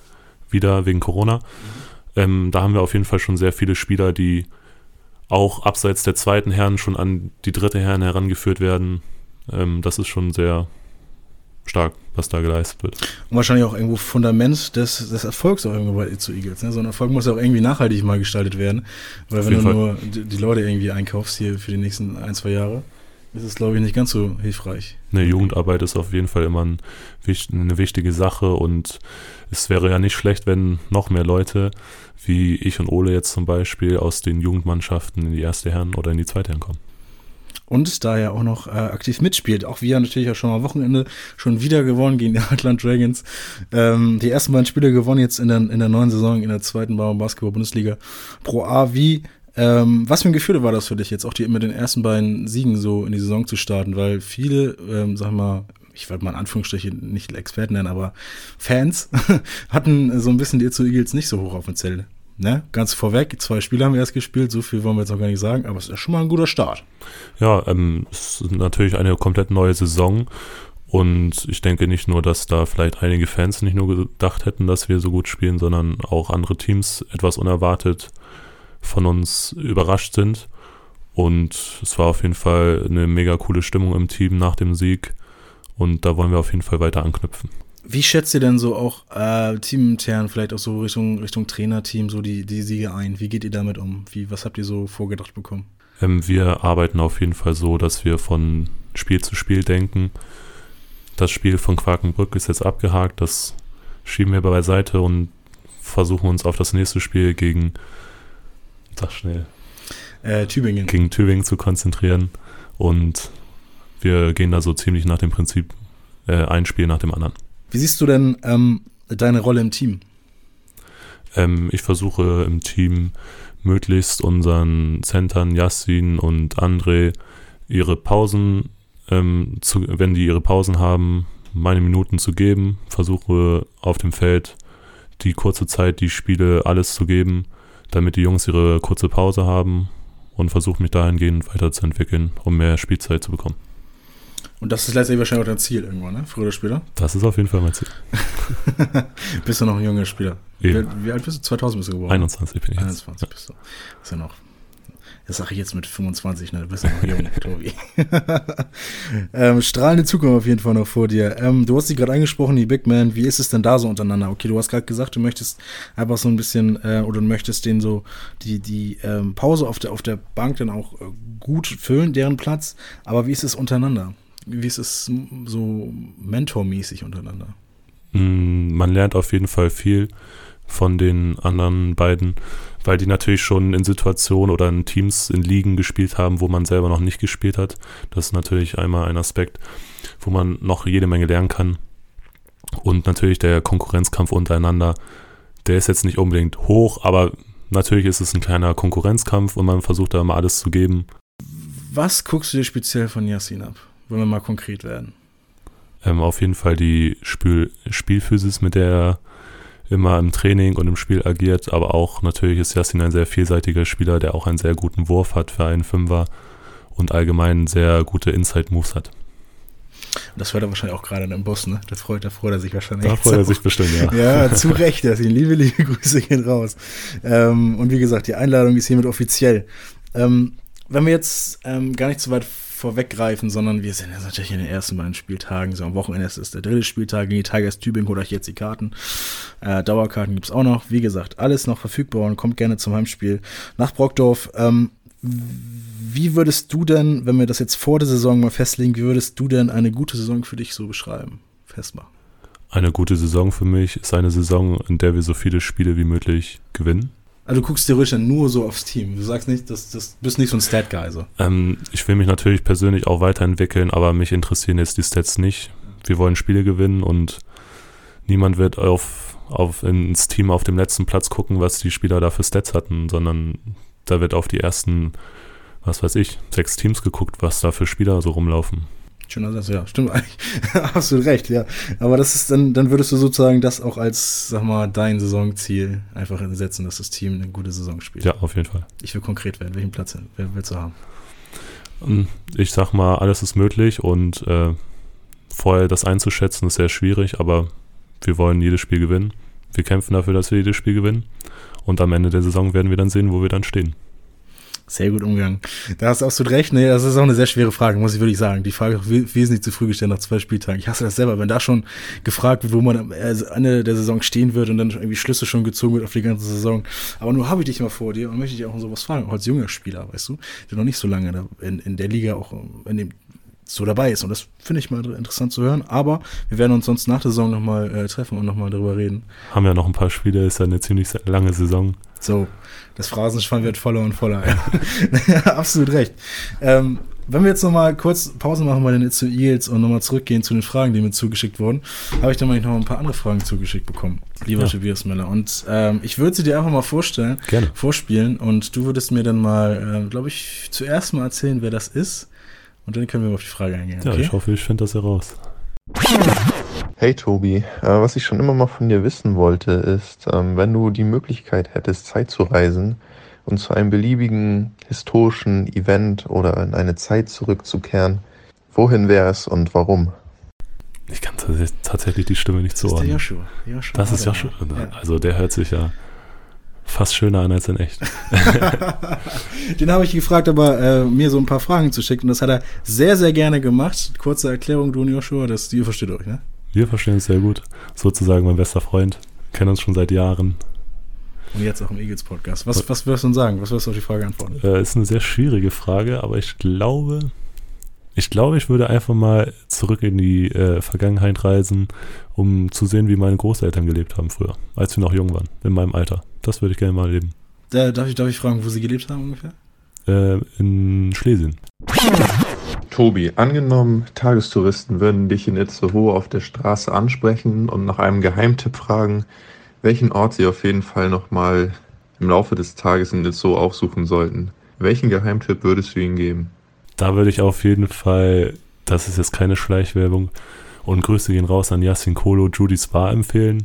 wieder wegen Corona. Mhm. Ähm, da haben wir auf jeden Fall schon sehr viele Spieler, die auch abseits der zweiten Herren schon an die dritte Herren herangeführt werden. Ähm, das ist schon sehr stark, was da geleistet wird. Und wahrscheinlich auch irgendwo Fundament des, des Erfolgs auch irgendwo bei E Z U Igels. Ne? So ein Erfolg muss ja auch irgendwie nachhaltig mal gestaltet werden. Weil wenn du Fall. nur die, die Leute irgendwie einkaufst hier für die nächsten ein, zwei Jahre, ist es, glaube ich, nicht ganz so hilfreich. Eine Jugendarbeit ist auf jeden Fall immer ein, eine wichtige Sache, und es wäre ja nicht schlecht, wenn noch mehr Leute, wie ich und Ole jetzt zum Beispiel, aus den Jugendmannschaften in die erste Herren oder in die zweite Herren kommen. Und da er auch noch äh, aktiv mitspielt. Auch wir natürlich auch schon am Wochenende schon wieder gewonnen gegen die Heartland Dragons. Ähm, die ersten beiden Spiele gewonnen jetzt in der, in der neuen Saison in der zweiten Basketball-Bundesliga Pro A. Wie, ähm, was für ein Gefühl war das für dich jetzt, auch die, mit den ersten beiden Siegen so in die Saison zu starten? Weil viele, ähm, sag mal, ich wollte mal in Anführungsstrichen nicht Experten nennen, aber Fans hatten so ein bisschen die E Z U Igels nicht so hoch auf dem Zettel. Ne? Ganz vorweg, zwei Spiele haben wir erst gespielt, so viel wollen wir jetzt noch gar nicht sagen, aber es ist schon mal ein guter Start. Ja, ähm, es ist natürlich eine komplett neue Saison, und ich denke nicht nur, dass da vielleicht einige Fans nicht nur gedacht hätten, dass wir so gut spielen, sondern auch andere Teams etwas unerwartet von uns überrascht sind, und es war auf jeden Fall eine mega coole Stimmung im Team nach dem Sieg, und da wollen wir auf jeden Fall weiter anknüpfen. Wie schätzt ihr denn so auch äh, teamintern, vielleicht auch so Richtung, Richtung Trainerteam, so die, die Siege ein? Wie geht ihr damit um? Wie, was habt ihr so vorgedacht bekommen? Ähm, wir arbeiten auf jeden Fall so, dass wir von Spiel zu Spiel denken. Das Spiel von Quakenbrück ist jetzt abgehakt, das schieben wir beiseite und versuchen uns auf das nächste Spiel gegen, sag schnell, äh, Tübingen. gegen Tübingen zu konzentrieren, und wir gehen da so ziemlich nach dem Prinzip äh, ein Spiel nach dem anderen. Wie siehst du denn ähm, deine Rolle im Team? Ähm, ich versuche im Team möglichst unseren Centern Yassin und André ihre Pausen, ähm, zu, wenn die ihre Pausen haben, meine Minuten zu geben. Versuche auf dem Feld die kurze Zeit, die Spiele, alles zu geben, damit die Jungs ihre kurze Pause haben, und versuche mich dahingehend weiterzuentwickeln, um mehr Spielzeit zu bekommen. Und das ist letztendlich wahrscheinlich auch dein Ziel irgendwann, ne? Früher oder später? Das ist auf jeden Fall mein Ziel. Bist du noch ein junger Spieler? Wie, wie alt bist du? zweitausend bist du geboren? einundzwanzig bin ich jetzt. einundzwanzig bist du. Das ist ja noch, das sage ich jetzt mit fünfundzwanzig, ne? Du bist ja noch jung, Tobi. ähm, strahlende Zukunft auf jeden Fall noch vor dir. Ähm, du hast dich gerade angesprochen, die Big Man. Wie ist es denn da so untereinander? Okay, du hast gerade gesagt, du möchtest einfach so ein bisschen, äh, oder du möchtest denen so die, die ähm, Pause auf der, auf der Bank dann auch äh, gut füllen, deren Platz. Aber wie ist es untereinander? Wie ist es so mentormäßig untereinander? Man lernt auf jeden Fall viel von den anderen beiden, weil die natürlich schon in Situationen oder in Teams, in Ligen gespielt haben, wo man selber noch nicht gespielt hat. Das ist natürlich einmal ein Aspekt, wo man noch jede Menge lernen kann. Und natürlich der Konkurrenzkampf untereinander, der ist jetzt nicht unbedingt hoch, aber natürlich ist es ein kleiner Konkurrenzkampf und man versucht da immer alles zu geben. Was guckst du dir speziell von Yassin ab, wenn wir mal konkret werden? Ähm, auf jeden Fall die Spiel- Spielphysis, mit der er immer im Training und im Spiel agiert, aber auch natürlich ist Yassin ein sehr vielseitiger Spieler, der auch einen sehr guten Wurf hat für einen Fünfer und allgemein sehr gute Inside-Moves hat. Und das hört er wahrscheinlich auch gerade in dem Bus, ne? Da freut, da freut er sich wahrscheinlich. Da freut er sich bestimmt, ja. Ja, zu Recht, Yassin. Liebe, liebe Grüße gehen raus. Ähm, und wie gesagt, die Einladung ist hiermit offiziell. Ähm, wenn wir jetzt ähm, gar nicht so weit vorweggreifen, sondern wir sind jetzt natürlich in den ersten beiden Spieltagen, so am Wochenende ist der dritte Spieltag, gegen die Tigers Tübingen, holt euch jetzt die Karten. Äh, Dauerkarten gibt's auch noch. Wie gesagt, alles noch verfügbar und kommt gerne zum Heimspiel nach Brockdorf. Ähm, wie würdest du denn, wenn wir das jetzt vor der Saison mal festlegen, wie würdest du denn eine gute Saison für dich so beschreiben, festmachen? Eine gute Saison für mich ist eine Saison, in der wir so viele Spiele wie möglich gewinnen. Also du guckst theoretisch dann nur so aufs Team. Du sagst nicht, dass das bist nicht so ein Stat-Guy. So. Ähm, ich will mich natürlich persönlich auch weiterentwickeln, aber mich interessieren jetzt die Stats nicht. Wir wollen Spiele gewinnen und niemand wird auf, auf ins Team auf dem letzten Platz gucken, was die Spieler da für Stats hatten, sondern da wird auf die ersten, was weiß ich, sechs Teams geguckt, was da für Spieler so rumlaufen. Schöner Satz, ja, stimmt eigentlich. Absolut recht, ja. Aber das ist dann, dann würdest du sozusagen das auch als, sag mal, dein Saisonziel einfach setzen, dass das Team eine gute Saison spielt. Ja, auf jeden Fall. Ich will konkret werden. Welchen Platz wer willst du haben? Ich sag mal, alles ist möglich und äh, vorher das einzuschätzen ist sehr schwierig, aber wir wollen jedes Spiel gewinnen. Wir kämpfen dafür, dass wir jedes Spiel gewinnen und am Ende der Saison werden wir dann sehen, wo wir dann stehen. Sehr gut umgegangen. Da hast du absolut recht. Nee, das ist auch eine sehr schwere Frage, muss ich wirklich sagen. Die Frage ist wes- wesentlich zu früh gestellt nach zwei Spieltagen. Ich hasse das selber, wenn da schon gefragt wird, wo man am Ende der Saison stehen wird und dann irgendwie Schlüsse schon gezogen wird auf die ganze Saison. Aber nur habe ich dich mal vor dir und möchte dich auch sowas fragen, auch als junger Spieler, weißt du, der noch nicht so lange da in, in der Liga auch in dem so dabei ist. Und das finde ich mal interessant zu hören. Aber wir werden uns sonst nach der Saison nochmal äh, treffen und nochmal darüber reden. Haben ja noch ein paar Spiele, ist ja eine ziemlich lange Saison. So, das Phrasenschwein wird voller und voller. Ja. Absolut recht. Ähm, wenn wir jetzt nochmal kurz Pause machen bei den It's So Eagles und nochmal zurückgehen zu den Fragen, die mir zugeschickt wurden, habe ich dann mal noch ein paar andere Fragen zugeschickt bekommen, lieber ja. Tobias Müller. Und ähm, ich würde sie dir einfach mal vorstellen, Gerne. vorspielen und du würdest mir dann mal, äh, glaube ich, zuerst mal erzählen, wer das ist und dann können wir mal auf die Frage eingehen. Ja, okay? ich hoffe, ich finde das heraus. Hey Tobi, äh, was ich schon immer mal von dir wissen wollte, ist, ähm, wenn du die Möglichkeit hättest, Zeit zu reisen und zu einem beliebigen historischen Event oder in eine Zeit zurückzukehren, wohin wäre es und warum? Ich kann tats- tatsächlich die Stimme nicht Das ist der zuordnen. Joshua. Joshua Das ist Hadermann. Joshua. Ja. Also der hört sich ja fast schöner an als in echt. Den habe ich gefragt, aber äh, mir so ein paar Fragen zu schicken und das hat er sehr, sehr gerne gemacht. Kurze Erklärung, du und Joshua, das, ihr versteht euch, ne? Wir verstehen uns sehr gut. Sozusagen mein bester Freund. Kennen uns schon seit Jahren. Und jetzt auch im Eagles-Podcast. Was, was wirst du denn sagen? Was wirst du auf die Frage antworten? Äh, ist eine sehr schwierige Frage, aber ich glaube, ich glaube, ich würde einfach mal zurück in die äh, Vergangenheit reisen, um zu sehen, wie meine Großeltern gelebt haben früher, als wir noch jung waren, in meinem Alter. Das würde ich gerne mal erleben. Da, darf, ich, darf ich fragen, wo sie gelebt haben ungefähr? Äh, in Schlesien. Tobi, angenommen, Tagestouristen würden dich in Itzehoe auf der Straße ansprechen und nach einem Geheimtipp fragen, welchen Ort sie auf jeden Fall nochmal im Laufe des Tages in Itzehoe aufsuchen sollten. Welchen Geheimtipp würdest du ihnen geben? Da würde ich auf jeden Fall, das ist jetzt keine Schleichwerbung, und Grüße gehen raus an Yassin Kolo, Judy's Bar empfehlen.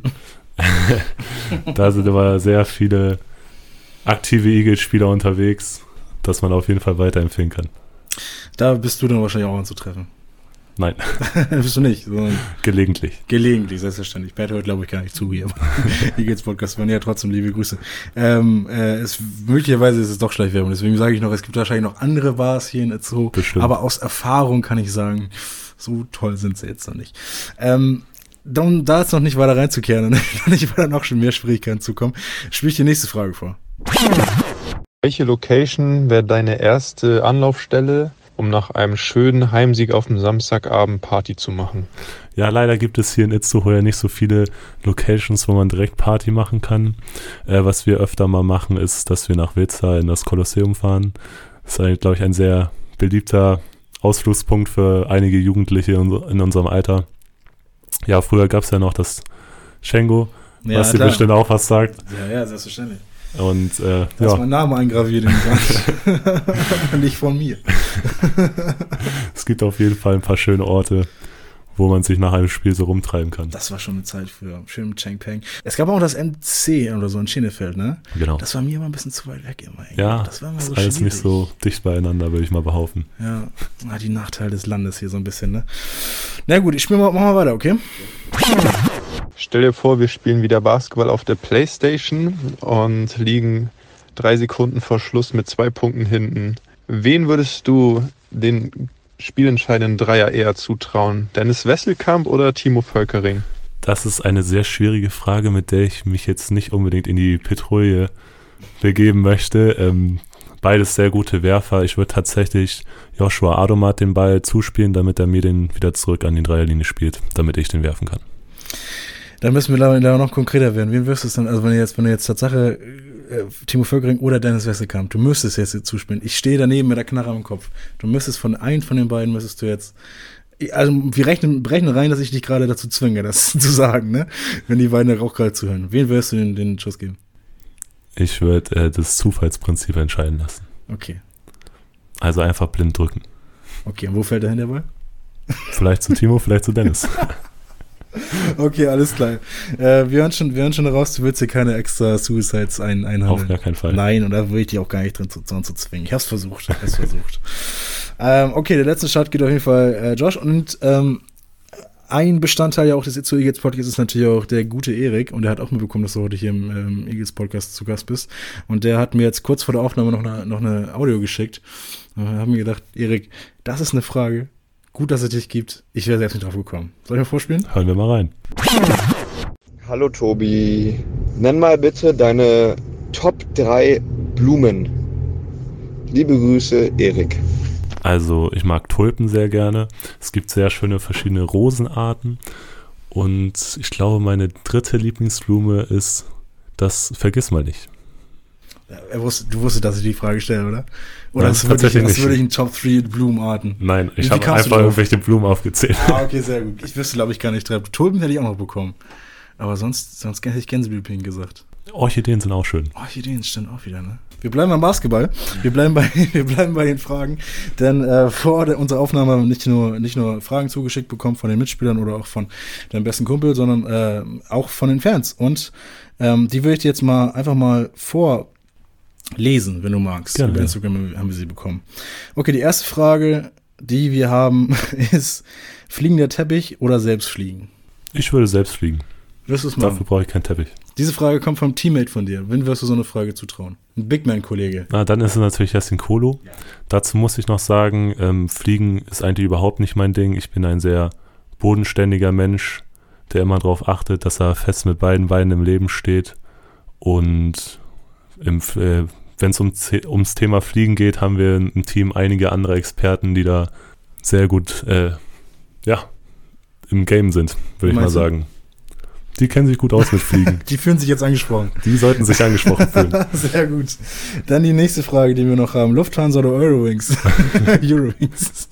Da sind aber sehr viele aktive Eagles-Spieler unterwegs, dass man auf jeden Fall weiterempfehlen kann. Da bist du dann wahrscheinlich auch anzutreffen. Nein, Bist du nicht, sondern gelegentlich. gelegentlich, selbstverständlich. Bert hört, glaube ich, gar nicht zu hier. Aber Eagles-Podcast, waren ja trotzdem liebe Grüße. Ähm, äh, es, möglicherweise ist es doch Schleichwerbung, deswegen sage ich noch, es gibt wahrscheinlich noch andere Bars hier in Itzehoe. Bestimmt. Aber aus Erfahrung kann ich sagen, so toll sind sie jetzt noch nicht. Ähm, um da jetzt noch nicht weiter reinzukehren und nicht weiter noch schon mehr Schwierigkeiten zukommen, spiele ich die nächste Frage vor. Welche Location wäre deine erste Anlaufstelle, um nach einem schönen Heimsieg auf dem Samstagabend Party zu machen? Ja, leider gibt es hier in Itzehoe ja nicht so viele Locations, wo man direkt Party machen kann. Äh, was wir öfter mal machen, ist, dass wir nach Wetzlar in das Kolosseum fahren. Das ist, glaube ich, ein sehr beliebter Ausflugspunkt für einige Jugendliche in, in unserem Alter. Ja, früher gab es ja noch das Schengo, Ja, was dir klar. bestimmt auch was sagt. Ja, ja, selbstverständlich. Und äh, Da ist ja, mein Name eingraviert in den Wand. Nicht von mir. es gibt auf jeden Fall ein paar schöne Orte, wo man sich nach einem Spiel so rumtreiben kann. Das war schon eine Zeit für schön mit Cheng Peng. Es gab auch das M C oder so in Schenefeld, ne? Genau. Das war mir immer ein bisschen zu weit weg immer. ey. Ja, das war immer ist so alles nicht schwierig. so dicht beieinander, würde ich mal behaupten. Ja, ah, die Nachteile des Landes hier so ein bisschen, ne? Na gut, ich spiele mal, mach mal weiter, okay? Stell dir vor, wir spielen wieder Basketball auf der Playstation und liegen drei Sekunden vor Schluss mit zwei Punkten hinten. Wen würdest du den spielentscheidenden Dreier eher zutrauen? Dennis Wesselkamp oder Timo Völkering? Das ist eine sehr schwierige Frage, mit der ich mich jetzt nicht unbedingt in die Petrouille begeben möchte. Ähm, beides sehr gute Werfer. Ich würde tatsächlich Joshua Adomat den Ball zuspielen, damit er mir den wieder zurück an die Dreierlinie spielt, damit ich den werfen kann. Da müssen wir leider noch konkreter werden. Wen wirst du es dann, also wenn du jetzt, wenn du jetzt Tatsache äh, Timo Völkering oder Dennis Wesselkamp, du müsstest jetzt zuspielen. Ich stehe daneben mit der Knarre am Kopf. Du müsstest von einem von den beiden, müsstest du jetzt, also wir rechnen, rechnen rein, dass ich dich gerade dazu zwinge, das zu sagen, ne? Wenn die beiden auch gerade zuhören. Wen wirst du den, den Schuss geben? Ich würde äh, das Zufallsprinzip entscheiden lassen. Okay. Also einfach blind drücken. Okay, und wo fällt der hin, der Ball? Vielleicht zu Timo, vielleicht zu Dennis. Okay, alles klar. Äh, wir hören schon, wir hören schon raus, du willst hier keine extra Suicides ein, einhandeln. Auf gar keinen Fall. Nein, und da will ich dich auch gar nicht drin zu, dran zu zwingen. Ich hab's versucht, ich hab's versucht. Ähm, okay, der letzte Start geht auf jeden Fall äh, Josh und ähm, ein Bestandteil ja auch des Itzu Eagles Podcasts ist natürlich auch der gute Erik und der hat auch mitbekommen, dass du heute hier im ähm, Eagles Podcast zu Gast bist und der hat mir jetzt kurz vor der Aufnahme noch eine, noch eine Audio geschickt und wir haben mir gedacht, Erik, das ist eine Frage, gut, dass es dich gibt, ich wäre selbst nicht drauf gekommen. Soll ich mal vorspielen? Hören wir mal rein. Hallo Tobi, nenn mal bitte deine Top drei Blumen. Liebe Grüße, Erik. Also ich mag Tulpen sehr gerne. Es gibt sehr schöne verschiedene Rosenarten. Und ich glaube, meine dritte Lieblingsblume ist das Vergissmeinnicht. Er wusste, du wusstest, dass ich die Frage stelle, oder? Oder Nein, hast du wirklich, tatsächlich hast du nicht. wirklich einen Top drei Blumenarten? Nein, Wie ich habe kamst du einfach drauf? irgendwelche Blumen aufgezählt. Ah, okay, sehr gut. Ich wüsste, glaube ich, gar nicht drei. Tulpen hätte ich auch noch bekommen. Aber sonst, sonst hätte ich Gänseblümchen gesagt. Orchideen sind auch schön. Orchideen stimmt auch wieder, ne? Wir bleiben beim Basketball. Wir bleiben bei, wir bleiben bei den Fragen. Denn äh, vor der, unserer Aufnahme haben wir nicht nur, nicht nur Fragen zugeschickt bekommen von den Mitspielern oder auch von deinem besten Kumpel, sondern äh, auch von den Fans. Und ähm, die will ich dir jetzt mal einfach mal vorlesen, wenn du magst. Gerne, Über ja. Instagram haben wir sie bekommen. Okay, die erste Frage, die wir haben, ist: Fliegender Teppich oder selbst fliegen? Ich würde selbst fliegen. Wirst du es machen? Dafür brauche ich keinen Teppich. Diese Frage kommt vom Teammate von dir. Wen wirst du so eine Frage zutrauen? Ein Bigman-Kollege. Na, dann ist es natürlich Yassin Kolo. Dazu muss ich noch sagen, ähm, Fliegen ist eigentlich überhaupt nicht mein Ding. Ich bin ein sehr bodenständiger Mensch, der immer darauf achtet, dass er fest mit beiden Beinen im Leben steht. Und im, äh, wenn es um, ums Thema Fliegen geht, haben wir im Team einige andere Experten, die da sehr gut äh, ja, im Game sind, würde ich mal Meinst du? sagen. Die kennen sich gut aus mit Fliegen. Die fühlen sich jetzt angesprochen. Die sollten sich angesprochen fühlen. Sehr gut. Dann die nächste Frage, die wir noch haben. Lufthansa oder Eurowings? Eurowings.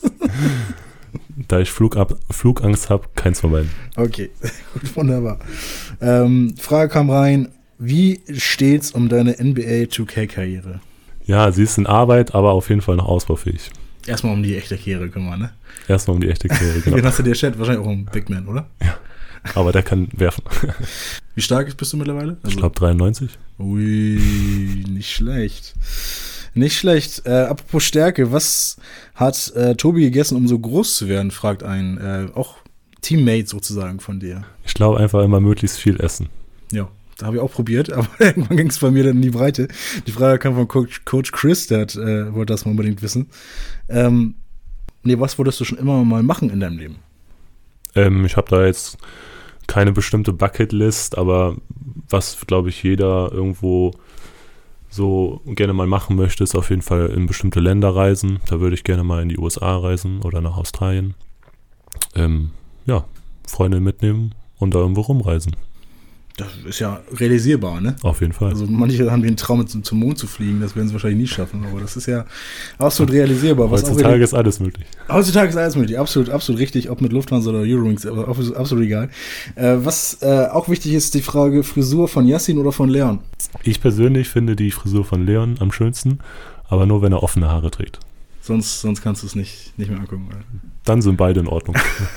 Da ich Flugab- Flugangst habe, keins von beiden. Okay, gut, wunderbar. Ähm, Frage kam rein. Wie steht's um deine N B A zwei K-Karriere? Ja, sie ist in Arbeit, aber auf jeden Fall noch ausbaufähig. Erstmal um die echte Karriere kümmern, ne? Erstmal um die echte Karriere, Wen genau. hast du dir Chat? Wahrscheinlich auch ein Big Man, oder? Aber der kann werfen. Wie stark bist du mittlerweile? Ich glaube dreiundneunzig. Ui, nicht schlecht. Nicht schlecht. Äh, apropos Stärke, was hat äh, Tobi gegessen, um so groß zu werden, fragt ein äh, auch Teammate sozusagen von dir. Ich glaube einfach immer möglichst viel essen. Ja, da habe ich auch probiert, aber irgendwann ging es bei mir dann in die Breite. Die Frage kam von Coach, Coach Chris, der hat, äh, wollte das mal unbedingt wissen. Ähm, nee, was wolltest du schon immer mal machen in deinem Leben? Ähm, ich habe da jetzt keine bestimmte Bucketlist, aber was, glaube ich, jeder irgendwo so gerne mal machen möchte, ist auf jeden Fall in bestimmte Länder reisen. Da würde ich gerne mal in die U S A reisen oder nach Australien. Ähm, ja, Freunde mitnehmen und da irgendwo rumreisen. Das ist ja realisierbar, ne? Auf jeden Fall. Also manche haben den Traum, zum, zum Mond zu fliegen, das werden sie wahrscheinlich nie schaffen, aber das ist ja absolut realisierbar. Was Heutzutage auch ist alles möglich. Heutzutage ist alles möglich, absolut, absolut richtig, ob mit Lufthansa oder Eurowings, aber absolut egal. Äh, was äh, auch wichtig ist, die Frage Frisur von Yassin oder von Leon? Ich persönlich finde die Frisur von Leon am schönsten, aber nur, wenn er offene Haare trägt. Sonst, sonst kannst du es nicht, nicht mehr angucken. Dann sind beide in Ordnung.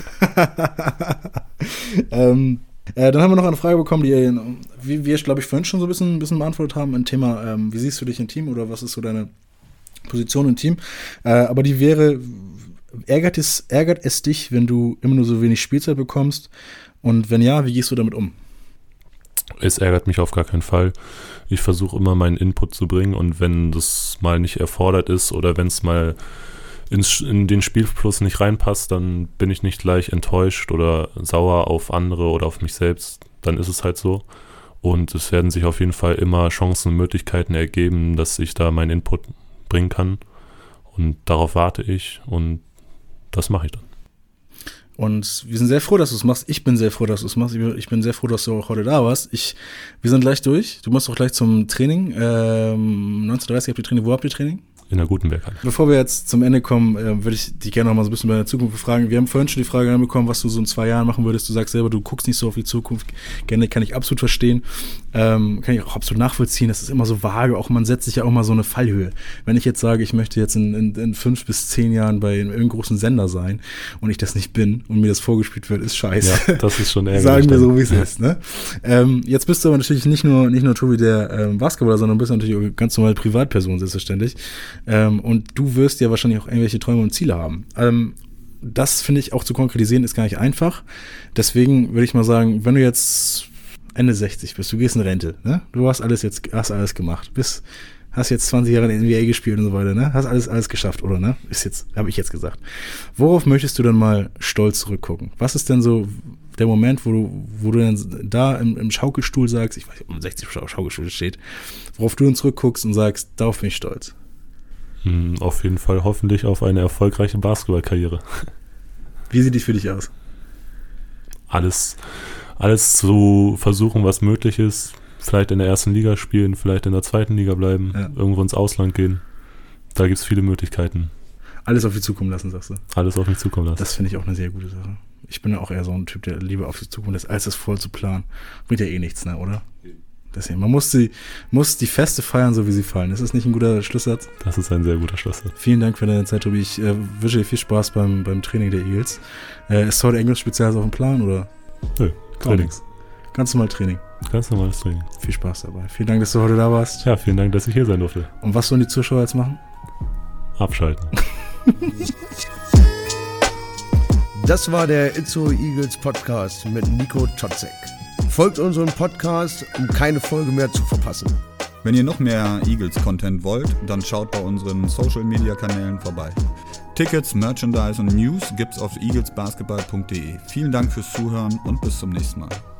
ähm, Äh, dann haben wir noch eine Frage bekommen, die wie wir, glaube ich, vorhin schon so ein bisschen, ein bisschen beantwortet haben, ein Thema, ähm, wie siehst du dich im Team oder was ist so deine Position im Team? Äh, aber die wäre, ärgert es, ärgert es dich, wenn du immer nur so wenig Spielzeit bekommst? Und wenn ja, wie gehst du damit um? Es ärgert mich auf gar keinen Fall. Ich versuche immer meinen Input zu bringen und wenn das mal nicht erfordert ist oder wenn es mal ins, in den Spielfluss nicht reinpasst, dann bin ich nicht gleich enttäuscht oder sauer auf andere oder auf mich selbst. Dann ist es halt so. Und es werden sich auf jeden Fall immer Chancen und Möglichkeiten ergeben, dass ich da meinen Input bringen kann. Und darauf warte ich und das mache ich dann. Und wir sind sehr froh, dass du es machst. Ich bin sehr froh, dass du es machst. Ich bin sehr froh, dass du auch heute da warst. Ich, wir sind gleich durch. Du musst auch gleich zum Training. Ähm, neunzehn Uhr dreißig habt ihr Training. Wo habt ihr Training? In der Gutenberg. Bevor wir jetzt zum Ende kommen, äh, würde ich dich gerne noch mal so ein bisschen bei der Zukunft fragen. Wir haben vorhin schon die Frage anbekommen, was du so in zwei Jahren machen würdest. Du sagst selber, du guckst nicht so auf die Zukunft. Gerne, kann ich absolut verstehen. Ähm, kann ich auch absolut nachvollziehen. Das ist immer so vage. Auch man setzt sich ja auch mal so eine Fallhöhe. Wenn ich jetzt sage, ich möchte jetzt in, in, in fünf bis zehn Jahren bei einem großen Sender sein und ich das nicht bin und mir das vorgespielt wird, ist scheiße. Ja, das ist schon ärgerlich. Sagen wir so, wie es ist. Ne? Ähm, jetzt bist du aber natürlich nicht nur, nicht nur Tobi der ähm, Basketballer, sondern bist natürlich auch ganz normale Privatperson, selbstverständlich. Ähm, und du wirst ja wahrscheinlich auch irgendwelche Träume und Ziele haben. Ähm, das finde ich auch zu konkretisieren, ist gar nicht einfach. Deswegen würde ich mal sagen, wenn du jetzt Ende sechzig bist, du gehst in Rente, ne? Du hast alles jetzt, hast alles gemacht, bist, hast jetzt zwanzig Jahre in der N B A gespielt und so weiter, ne? Hast alles, alles geschafft, oder, ne? Ist jetzt, habe ich jetzt gesagt. Worauf möchtest du dann mal stolz zurückgucken? Was ist denn so der Moment, wo du, wo du dann da im, im Schaukelstuhl sagst, ich weiß nicht, ob um sechzig Schaukelstuhl steht, worauf du dann zurückguckst und sagst, darauf bin ich stolz? Hm, auf jeden Fall hoffentlich auf eine erfolgreiche Basketballkarriere. Wie sieht die für dich aus? Alles, alles zu versuchen, was möglich ist. Vielleicht in der ersten Liga spielen, vielleicht in der zweiten Liga bleiben, ja. Irgendwo ins Ausland gehen. Da gibt es viele Möglichkeiten. Alles auf dich zukommen lassen, sagst du? Alles auf mich zukommen lassen. Das finde ich auch eine sehr gute Sache. Ich bin ja auch eher so ein Typ, der lieber auf sich zukommen lässt, als das voll zu planen. Bringt ja eh nichts, ne, oder? Deswegen, man muss die, muss die Feste feiern, so wie sie fallen. Ist das nicht ein guter Schlusssatz? Das ist ein sehr guter Schlusssatz. Vielen Dank für deine Zeit, Tobi. Ich äh, wünsche dir viel Spaß beim, beim Training der Eagles. Äh, ist heute irgendwas Spezielles auf dem Plan, oder? Nö, Trainings. Ganz normal Training. Ganz normales Training. Viel Spaß dabei. Vielen Dank, dass du heute da warst. Ja, vielen Dank, dass ich hier sein durfte. Und was sollen die Zuschauer jetzt machen? Abschalten. Das war der Itzo Eagles Podcast mit Nico Totzek. Folgt unserem Podcast, um keine Folge mehr zu verpassen. Wenn ihr noch mehr Eagles-Content wollt, dann schaut bei unseren Social-Media-Kanälen vorbei. Tickets, Merchandise und News gibt's auf eaglesbasketball punkt de. Vielen Dank fürs Zuhören und bis zum nächsten Mal.